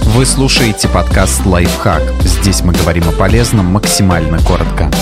Вы слушаете подкаст «Лайфхак». Здесь мы говорим о полезном максимально коротко.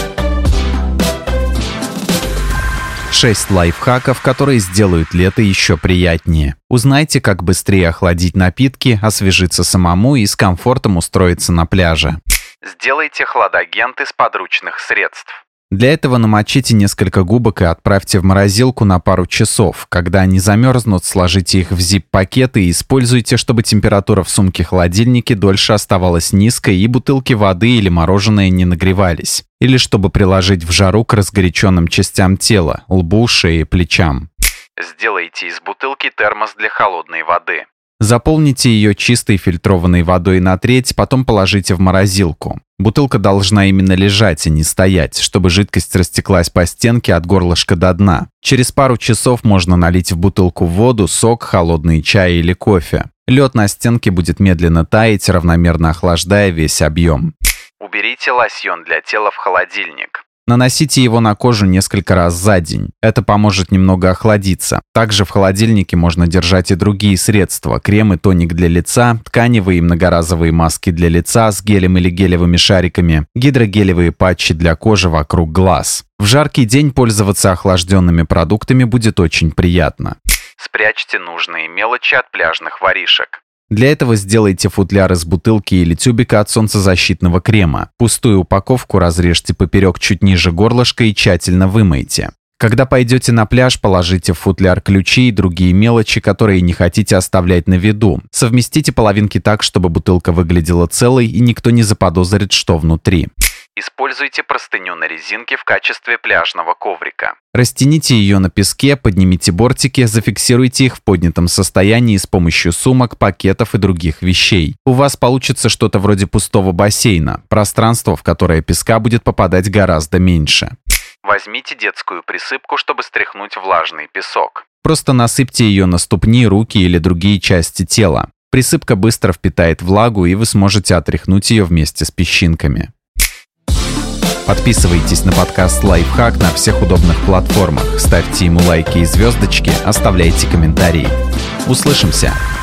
6 лайфхаков, которые сделают лето еще приятнее. Узнайте, как быстрее охладить напитки, освежиться самому и с комфортом устроиться на пляже. Сделайте хладагент из подручных средств. Для этого намочите несколько губок и отправьте в морозилку на пару часов. Когда они замерзнут, сложите их в зип-пакеты и используйте, чтобы температура в сумке-холодильнике дольше оставалась низкой и бутылки воды или мороженое не нагревались. Или чтобы приложить в жару к разгоряченным частям тела – лбу, шее, плечам. Сделайте из бутылки термос для холодной воды. Заполните ее чистой фильтрованной водой на треть, потом положите в морозилку. Бутылка должна именно лежать, а не стоять, чтобы жидкость растеклась по стенке от горлышка до дна. Через пару часов можно налить в бутылку воду, сок, холодный чай или кофе. Лед на стенке будет медленно таять, равномерно охлаждая весь объем. Уберите лосьон для тела в холодильник. Наносите его на кожу несколько раз за день. Это поможет немного охладиться. Также в холодильнике можно держать и другие средства. Крем и тоник для лица, тканевые и многоразовые маски для лица с гелем или гелевыми шариками, гидрогелевые патчи для кожи вокруг глаз. В жаркий день пользоваться охлажденными продуктами будет очень приятно. Спрячьте нужные мелочи от пляжных воришек. Для этого сделайте футляр из бутылки или тюбика от солнцезащитного крема. Пустую упаковку разрежьте поперек чуть ниже горлышка и тщательно вымойте. Когда пойдете на пляж, положите в футляр ключи и другие мелочи, которые не хотите оставлять на виду. Совместите половинки так, чтобы бутылка выглядела целой и никто не заподозрит, что внутри. Используйте простыню на резинке в качестве пляжного коврика. Растяните ее на песке, поднимите бортики, зафиксируйте их в поднятом состоянии с помощью сумок, пакетов и других вещей. У вас получится что-то вроде пустого бассейна, пространство, в которое песка будет попадать гораздо меньше. Возьмите детскую присыпку, чтобы стряхнуть влажный песок. Просто насыпьте ее на ступни, руки или другие части тела. Присыпка быстро впитает влагу, и вы сможете отряхнуть ее вместе с песчинками. Подписывайтесь на подкаст «Лайфхак» на всех удобных платформах. Ставьте ему лайки и звездочки, оставляйте комментарии. Услышимся!